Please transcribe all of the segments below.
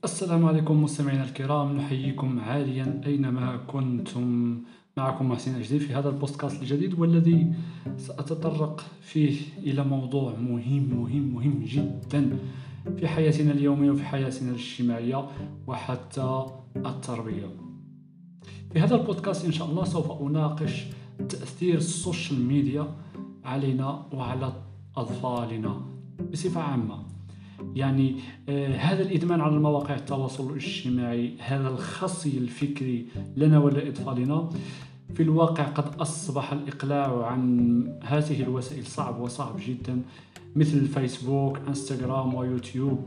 السلام عليكم مستمعينا الكرام، نحييكم عاليا أينما كنتم. معكم محسن أجدي في هذا البودكاست الجديد، والذي سأتطرق فيه إلى موضوع مهم جدا في حياتنا اليومية وفي حياتنا الاجتماعية وحتى التربية. في هذا البودكاست إن شاء الله سوف أناقش تأثير السوشيال ميديا علينا وعلى أطفالنا بصفة عامة. يعني هذا الإدمان على مواقع التواصل الاجتماعي، هذا الخصي الفكري لنا ولأطفالنا، في الواقع قد أصبح الإقلاع عن هذه الوسائل صعب جدا، مثل الفيسبوك، انستغرام ويوتيوب.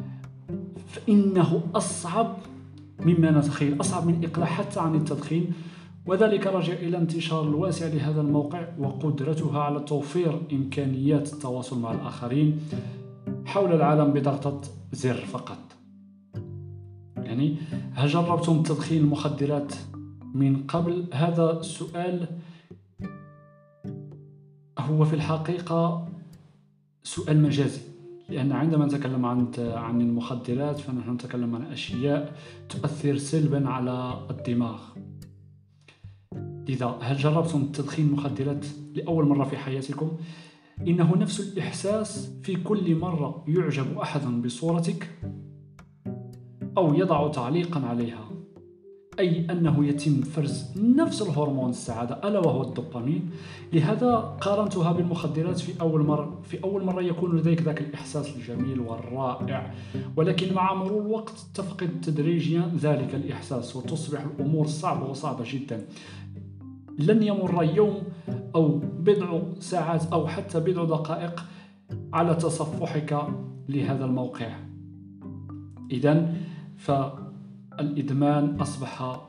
فإنه أصعب مما نتخيل، أصعب من الإقلاع حتى عن التدخين، وذلك راجع إلى انتشار الواسع لهذا الموقع وقدرتها على توفير إمكانيات التواصل مع الآخرين حول العالم بضغطة زر فقط. يعني هل جربتم تدخين المخدرات من قبل؟ هذا السؤال هو في الحقيقة سؤال مجازي، لأن عندما نتكلم عن المخدرات فنحن نتكلم عن أشياء تؤثر سلبا على الدماغ. لذا هل جربتم تدخين المخدرات لأول مرة في حياتكم؟ إنه نفس الإحساس في كل مرة يعجب أحد بصورتك أو يضع تعليقا عليها، أي أنه يتم فرز نفس الهرمون السعادة ألا وهو الدوبامين. لهذا قارنتها بالمخدرات. في أول مرة يكون لديك ذاك الإحساس الجميل والرائع، ولكن مع مرور الوقت تفقد تدريجيا ذلك الإحساس وتصبح الأمور صعبة جدا. لن يمر يوم أو بضع ساعات أو حتى بضع دقائق على تصفحك لهذا الموقع. إذن فالإدمان أصبح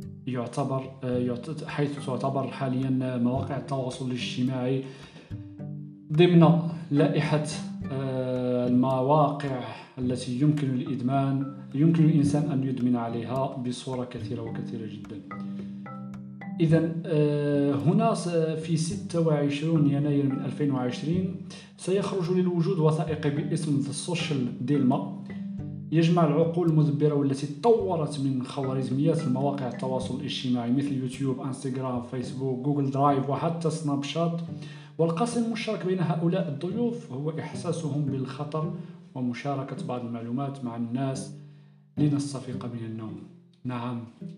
حيث تعتبر حاليا مواقع التواصل الاجتماعي ضمن لائحة المواقع التي يمكن الإنسان أن يدمن عليها بصورة كثيرة جدا. إذن هنا في 26 يناير من 2020 سيخرج للوجود وثائقي باسم The Social Dilemma، يجمع العقول المدبرة والتي طورت من خوارزميات المواقع التواصل الاجتماعي مثل يوتيوب، انستغرام، فيسبوك، جوجل درايف وحتى سناب شات. والقاسم المشترك بين هؤلاء الضيوف هو إحساسهم بالخطر ومشاركة بعض المعلومات مع الناس لنستفيق من النوم. نعم،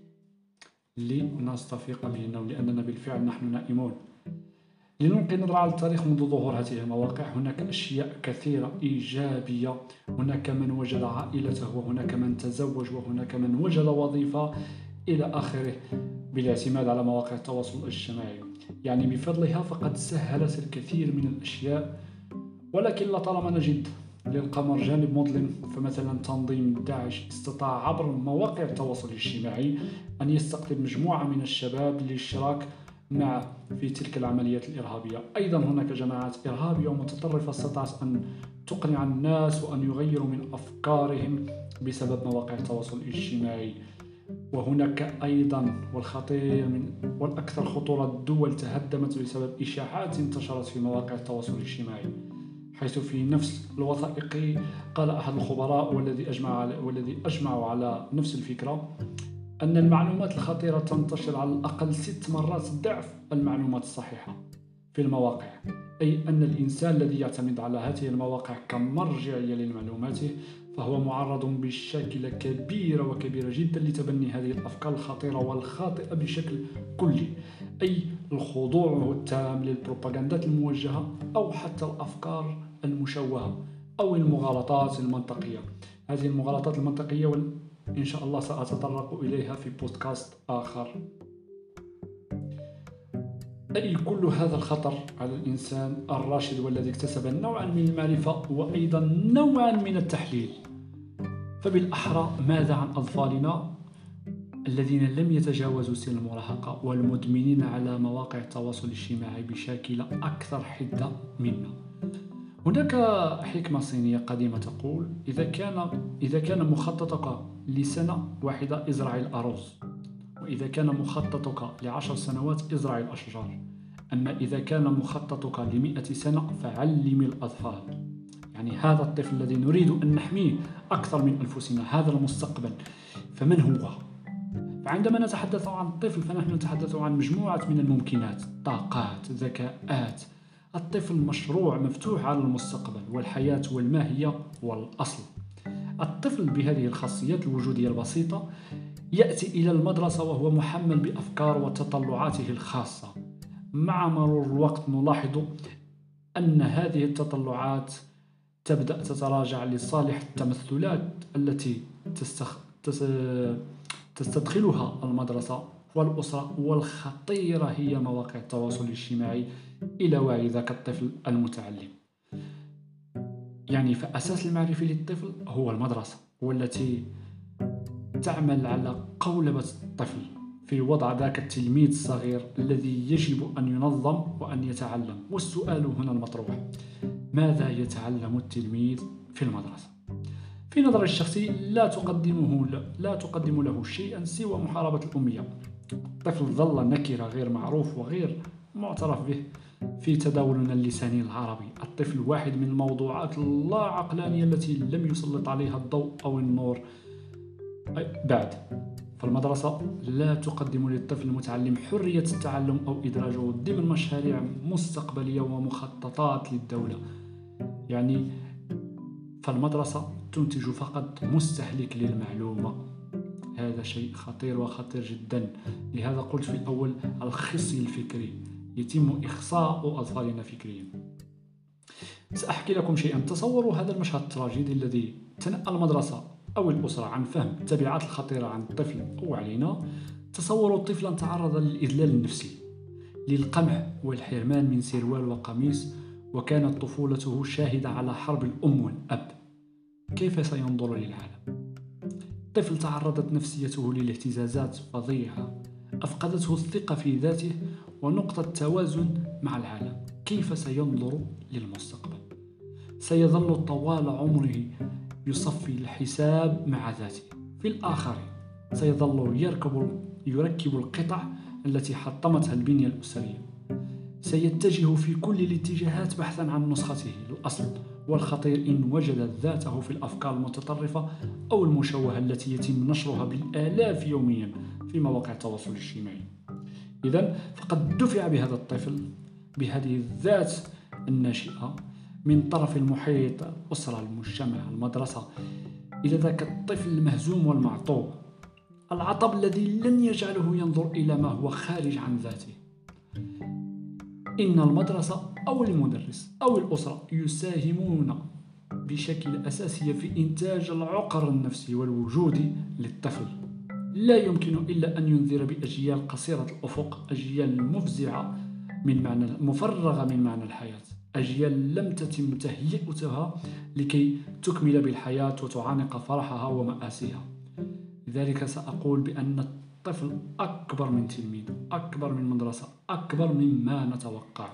لنستفيق من النوم، لأننا بالفعل نحن نائمون. لنلقي نظرة على التاريخ منذ ظهور هذه المواقع. هناك أشياء كثيرة إيجابية، هناك من وجد عائلته، وهناك من تزوج، وهناك من وجد وظيفة إلى آخره بالاعتماد على مواقع التواصل الاجتماعي. يعني بفضلها فقد سهلت الكثير من الأشياء، ولكن لطالما نجد للقمر جانب مظلم. فمثلا تنظيم داعش استطاع عبر مواقع التواصل الاجتماعي أن يستقطب مجموعة من الشباب للاشتراك معه في تلك العمليات الإرهابية. أيضا هناك جماعات إرهابية ومتطرفة استطاعت أن تقنع الناس وأن يغيروا من أفكارهم بسبب مواقع التواصل الاجتماعي. وهناك أيضا والخطير والأكثر خطورة، الدول تهدمت بسبب إشاعات انتشرت في مواقع التواصل الاجتماعي. حيث في نفس الوثائقي قال أحد الخبراء والذي أجمعوا على نفس الفكرة أن المعلومات الخطيرة تنتشر على الأقل 6 مرات ضعف المعلومات الصحيحة في المواقع. أي أن الإنسان الذي يعتمد على هذه المواقع كمرجعية لمعلوماته فهو معرض بشكل كبيرة جدا لتبني هذه الأفكار الخطيرة والخاطئة بشكل كلي، أي الخضوع التام للبروباغندات الموجهة أو حتى الأفكار المشوهة أو المغالطات المنطقية. هذه المغالطات المنطقية إن شاء الله سأتطرق إليها في بودكاست آخر. أي كل هذا الخطر على الإنسان الراشد والذي اكتسب نوعا من المعرفة وأيضا نوعا من التحليل. فبالأحرى ماذا عن أطفالنا الذين لم يتجاوزوا سن المراهقة والمدمنين على مواقع التواصل الاجتماعي بشكل أكثر حدة منا؟ هناك حكمة صينية قديمة تقول: إذا كان مخططك لسنة واحدة ازرع الأرز، وإذا كان مخططك ل10 سنوات ازرع الأشجار، أما إذا كان مخططك ل100 سنة فعلم الأطفال. يعني هذا الطفل الذي نريد أن نحميه أكثر من أنفسنا، هذا المستقبل، فمن هو؟ فعندما نتحدث عن الطفل فنحن نتحدث عن مجموعة من الممكنات، طاقات، ذكاءات. الطفل مشروع مفتوح على المستقبل والحياة والماهية والأصل. الطفل بهذه الخاصيات الوجودية البسيطة يأتي إلى المدرسة وهو محمل بأفكار وتطلعاته الخاصة. مع مرور الوقت نلاحظ أن هذه التطلعات تبدأ تتراجع لصالح التمثلات التي تستدخلها المدرسة والأسرة، والخطيرة هي مواقع التواصل الاجتماعي إلى وعي ذاك الطفل المتعلم. يعني فأساس المعرفة للطفل هو المدرسة، والتي تعمل على قولبة الطفل في وضع ذاك التلميذ الصغير الذي يجب أن ينظم وأن يتعلم. والسؤال هنا المطروح: ماذا يتعلم التلميذ في المدرسة؟ في نظري الشخصي لا تقدم له شيئا سوى محاربة الأمية. الطفل ظل نكرة غير معروف وغير معترف به في تداولنا اللساني العربي. الطفل واحد من الموضوعات اللا عقلانية التي لم يسلط عليها الضوء أو النور بعد. فالمدرسة لا تقدم للطفل المتعلم حرية التعلم أو إدراجه ضمن مشاريع مستقبلية ومخططات للدولة. يعني فالمدرسة تنتج فقط مستهلك للمعلومة. هذا شيء خطير وخطير جدا. لهذا قلت في الأول الخصي الفكري، يتم إخصاء أطفالنا فكريا. سأحكي لكم شيئا. تصوروا هذا المشهد التراجيدي الذي تنأى المدرسة أو الأسرة عن فهم التبعات الخطيرة عن الطفل أو علينا. تصوروا طفلا تعرض للإذلال النفسي، للقمع والحرمان من سروال وقميص، وكانت طفولته شاهدة على حرب الأم والأب. كيف سينظر للعالم؟ طفل تعرضت نفسيته للاهتزازات فظيعة، أفقدته الثقة في ذاته ونقطة توازن مع العالم. كيف سينظر للمستقبل؟ سيظل طوال عمره يصفي الحساب مع ذاته في الآخرين. سيظل يركب القطع التي حطمتها البنية الأسرية. سيتجه في كل الاتجاهات بحثا عن نسخته الأصل. والخطير إن وجد ذاته في الأفكار المتطرفة أو المشوهة التي يتم نشرها بالآلاف يوميا في مواقع التواصل الاجتماعي. إذن فقد دفع بهذا الطفل، بهذه الذات الناشئة من طرف المحيط، الأسرة، المجتمع، المدرسة، إلى ذاك الطفل المهزوم والمعطوب، العطب الذي لن يجعله ينظر إلى ما هو خارج عن ذاته. إن المدرسة أو المدرس أو الأسرة يساهمون بشكل أساسي في إنتاج العقر النفسي والوجودي للطفل. لا يمكن إلا أن ينذر بأجيال قصيرة الأفق، أجيال مفزعة مفرغة من معنى الحياة، أجيال لم تتم تهيئتها لكي تكمل بالحياة وتعانق فرحها ومآسيها. لذلك سأقول بأن الطفل أكبر من تلميذ، أكبر من مدرسة، أكبر مما نتوقع.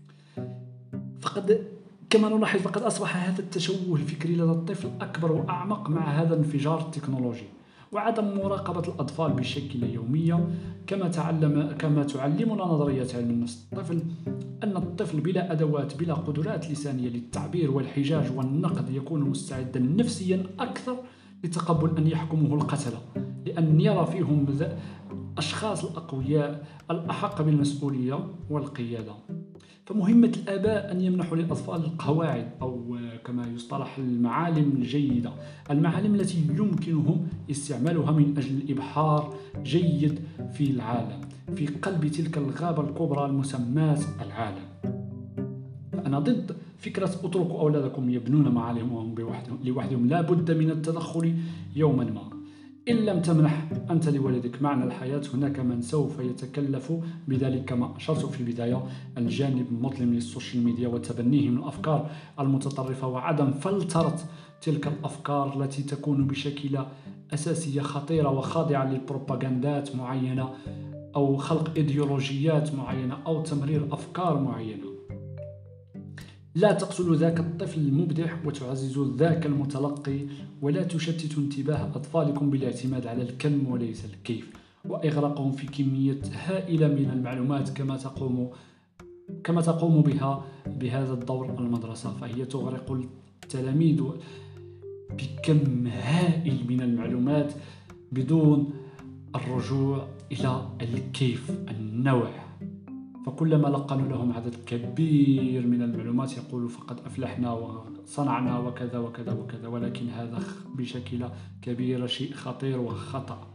كما نلاحظ فقد أصبح هذا التشوه الفكري لدى الطفل أكبر وأعمق مع هذا الانفجار التكنولوجي وعدم مراقبة الأطفال بشكل يومي. كما تعلمنا نظرية علم النفس الطفل أن الطفل بلا أدوات، بلا قدرات لسانية للتعبير والحجاج والنقد، يكون مستعدا نفسيا أكثر لتقبل أن يحكمه القتلة، لأن يرى فيهم أشخاص الأقوياء الأحق بالمسؤولية والقيادة. فمهمة الآباء أن يمنحوا للأطفال القواعد، أو كما يصطلح المعالم الجيدة، المعالم التي يمكنهم استعمالها من أجل الإبحار جيد في العالم، في قلب تلك الغابة الكبرى المسماة العالم. أنا ضد فكرة اتركوا أولادكم يبنون معالمهم لوحدهم. لا بد من التدخل يوما ما. إن لم تمنح أنت لولدك معنى الحياة، هناك من سوف يتكلف بذلك. كما أشرت في البداية، الجانب المظلم للسوشيال ميديا وتبنيه من الأفكار المتطرفة وعدم فلترة تلك الأفكار التي تكون بشكل أساسي خطيرة وخاضعة للبروباغندات معينة أو خلق إيديولوجيات معينة أو تمرير أفكار معينة. لا تقتلوا ذاك الطفل المبدع وتعززوا ذاك المتلقي، ولا تشتتوا انتباه أطفالكم بالاعتماد على الكم وليس الكيف، وإغراقهم في كمية هائلة من المعلومات كما تقوم بها بهذا الدور المدرسة. فهي تغرق التلاميذ بكم هائل من المعلومات بدون الرجوع إلى الكيف، النوع. فكلما لقنوا لهم عدد كبير من المعلومات يقولوا فقد أفلحنا وصنعنا وكذا وكذا وكذا، ولكن هذا بشكل كبير شيء خطير وخطأ.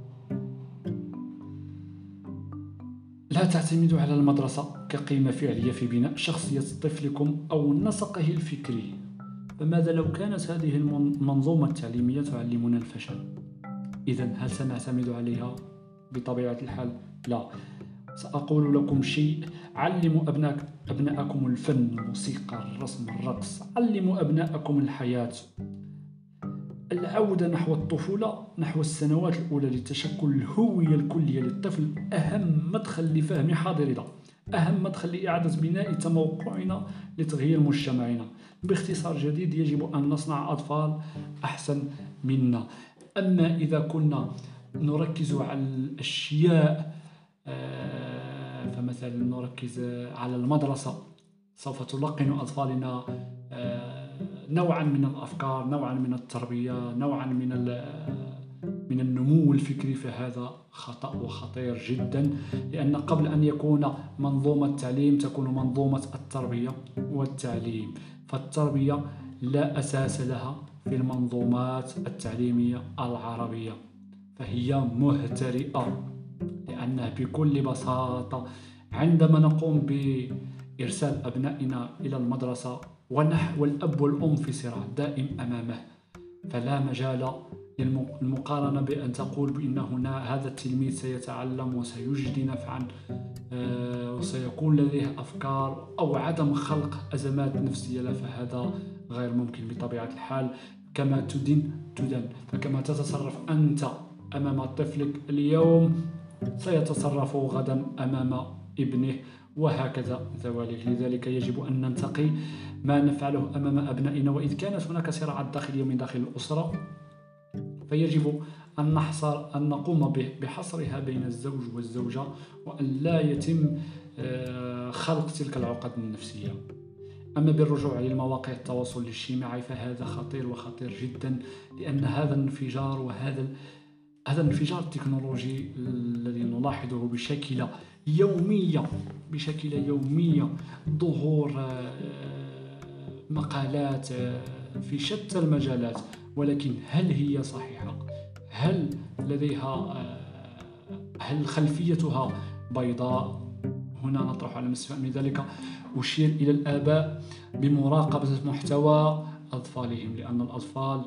لا تعتمدوا على المدرسة كقيمة فعلية في بناء شخصية طفلكم أو نسقه الفكري. فماذا لو كانت هذه المنظومة التعليمية تعلمنا الفشل؟ إذن هل سنعتمد عليها؟ بطبيعة الحال لا. سأقول لكم شيء: علموا أبناءكم الفن، الموسيقى، الرسم، الرقص. علموا أبناءكم الحياة. العودة نحو الطفولة، نحو السنوات الأولى لتشكل الهوية الكلية للطفل، أهم مدخل لفهم حاضرنا، أهم مدخل لإعادة بناء تموقعنا لتغيير مجتمعنا. باختصار جديد، يجب أن نصنع أطفال أحسن منا. أما إذا كنا نركز على الأشياء، فمثلا نركز على المدرسة، سوف تلقن أطفالنا نوعا من الأفكار، نوعا من التربية، نوعا من النمو الفكري، فهذا خطأ وخطير جدا. لأن قبل أن يكون منظومة التعليم تكون منظومة التربية والتعليم. فالتربية لا أساس لها في المنظومات التعليمية العربية، فهي مهترئة. لأنه بكل بساطة عندما نقوم بإرسال أبنائنا إلى المدرسة والأب والأم في صراع دائم أمامه، فلا مجال للمقارنة بأن تقول بأن هنا هذا التلميذ سيتعلم وسيجدي نفعا وسيكون لديه أفكار، أو عدم خلق أزمات نفسية له، فهذا غير ممكن بطبيعة الحال. كما تدن تدن، فكما تتصرف أنت أمام طفلك اليوم سيتصرف غدا أمام ابنه، وهكذا ذلك. لذلك يجب أن ننتقي ما نفعله أمام أبنائنا. وإذ كانت هناك صراعات داخلية من داخل الأسرة، فيجب أن نقوم بحصرها بين الزوج والزوجة، وأن لا يتم خلق تلك العقد النفسية. أما بالرجوع للمواقع التواصل الاجتماعي فهذا خطير وخطير جدا، لأن هذا الانفجار هذا الانفجار التكنولوجي الذي نلاحظه بشكل يومي، ظهور مقالات في شتى المجالات، ولكن هل هي صحيحة؟ هل خلفيتها بيضاء؟ هنا نطرح على المستفاد من ذلك. أشير إلى الآباء بمراقبة محتوى أطفالهم، لأن الأطفال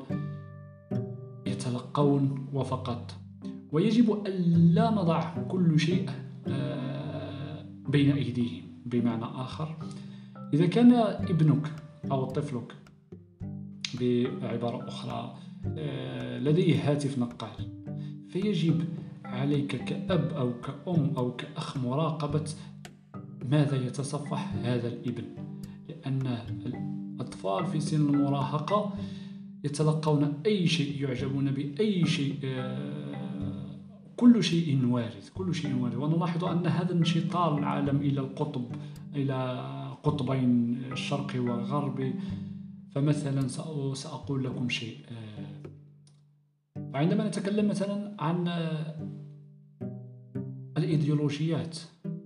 يتلقون وفقط، ويجب أن لا نضع كل شيء بين أيديهم. بمعنى آخر، إذا كان ابنك أو طفلك بعبارة أخرى لديه هاتف نقال، فيجب عليك كأب أو كأم أو كأخ مراقبة ماذا يتصفح هذا الابن، لأن الأطفال في سن المراهقة يتلقون أي شيء، يعجبون بأي شيء، كل شيء وارد. ونلاحظ أن هذا انشطار العالم إلى قطبين الشرق والغرب. فمثلا سأقول لكم شيء: عندما نتكلم مثلا عن الإيديولوجيات،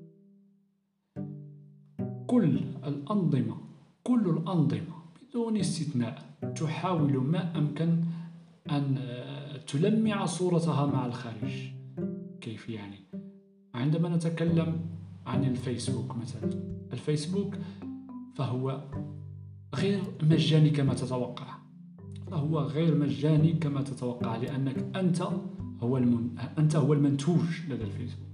كل الأنظمة بدون استثناء تحاول ما أمكن أن تلمع صورتها مع الخارج. كيف يعني؟ عندما نتكلم عن الفيسبوك مثلا، الفيسبوك فهو غير مجاني كما تتوقع، لأنك أنت هو المنتوج لدى الفيسبوك.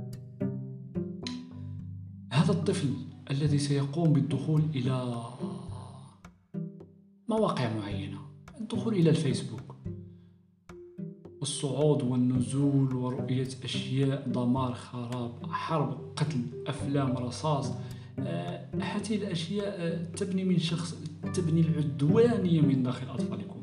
هذا الطفل الذي سيقوم بالدخول إلى مواقع معينة، الدخول إلى الفيسبوك، الصعود والنزول ورؤية أشياء دمار، خراب، حرب، قتل، أفلام، رصاص، هذه الأشياء تبني العدوانية من داخل أطفالكم.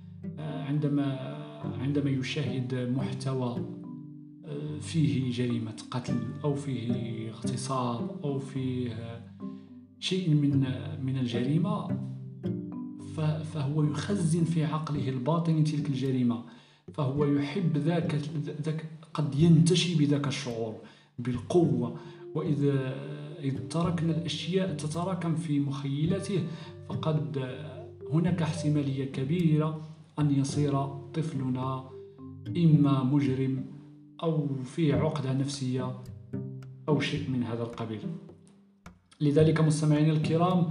عندما يشاهد محتوى فيه جريمة قتل أو فيه اغتصاب أو فيه شيء من الجريمة، فهو يخزن في عقله الباطن تلك الجريمة، فهو يحب ذاك قد ينتشي بذاك الشعور بالقوة. وإذا تركنا الأشياء تتراكم في مخيلته فقد هناك احتمالية كبيرة أن يصير طفلنا إما مجرم أو في عقدة نفسية أو شيء من هذا القبيل. لذلك مستمعين الكرام،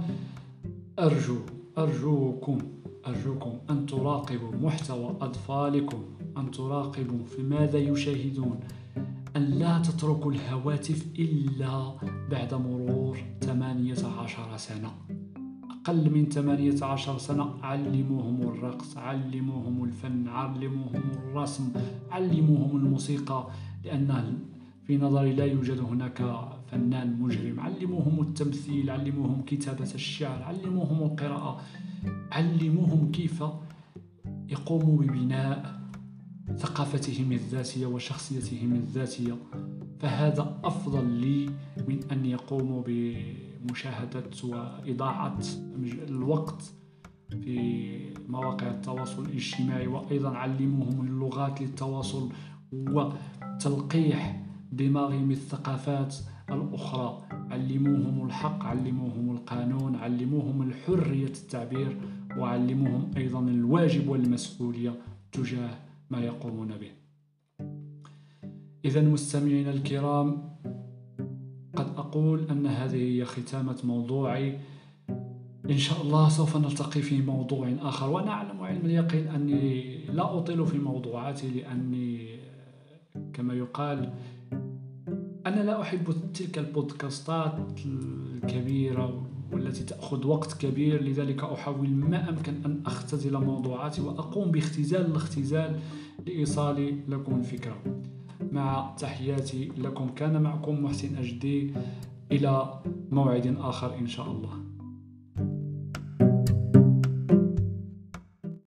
أرجوكم أن تراقبوا محتوى أطفالكم، أن تراقبوا في ماذا يشاهدون، أن لا تتركوا الهواتف إلا بعد مرور 18 سنة. أقل من 18 سنة علموهم الرقص، علموهم الفن، علموهم الرسم، علموهم الموسيقى، لأن في نظري لا يوجد هناك فنان مجرم. علموهم التمثيل، علموهم كتابة الشعر، علموهم القراءة، علموهم كيف يقوموا ببناء ثقافتهم الذاتية وشخصيتهم الذاتية. فهذا أفضل لي من أن يقوموا بمشاهدة وإضاعة الوقت في مواقع التواصل الاجتماعي. وأيضا علموهم اللغات للتواصل وتلقيح دماغهم الثقافات الأخرى، علموهم الحق، علموهم القانون، علموهم الحرية التعبير، وعلموهم أيضا الواجب والمسؤولية تجاه ما يقومون به. إذا مستمعين الكرام، قد أقول أن هذه هي ختامة موضوعي. إن شاء الله سوف نلتقي في موضوع آخر، وأنا أعلم علم اليقين أني لا أطيل في موضوعاتي، لأني كما يقال أنا لا أحب تلك البودكاستات الكبيرة والتي تأخذ وقت كبير. لذلك أحاول ما أمكن أن أختزل موضوعاتي وأقوم باختزال الاختزال لإيصال لكم الفكرة. مع تحياتي لكم، كان معكم محسن أجدي، إلى موعد آخر إن شاء الله.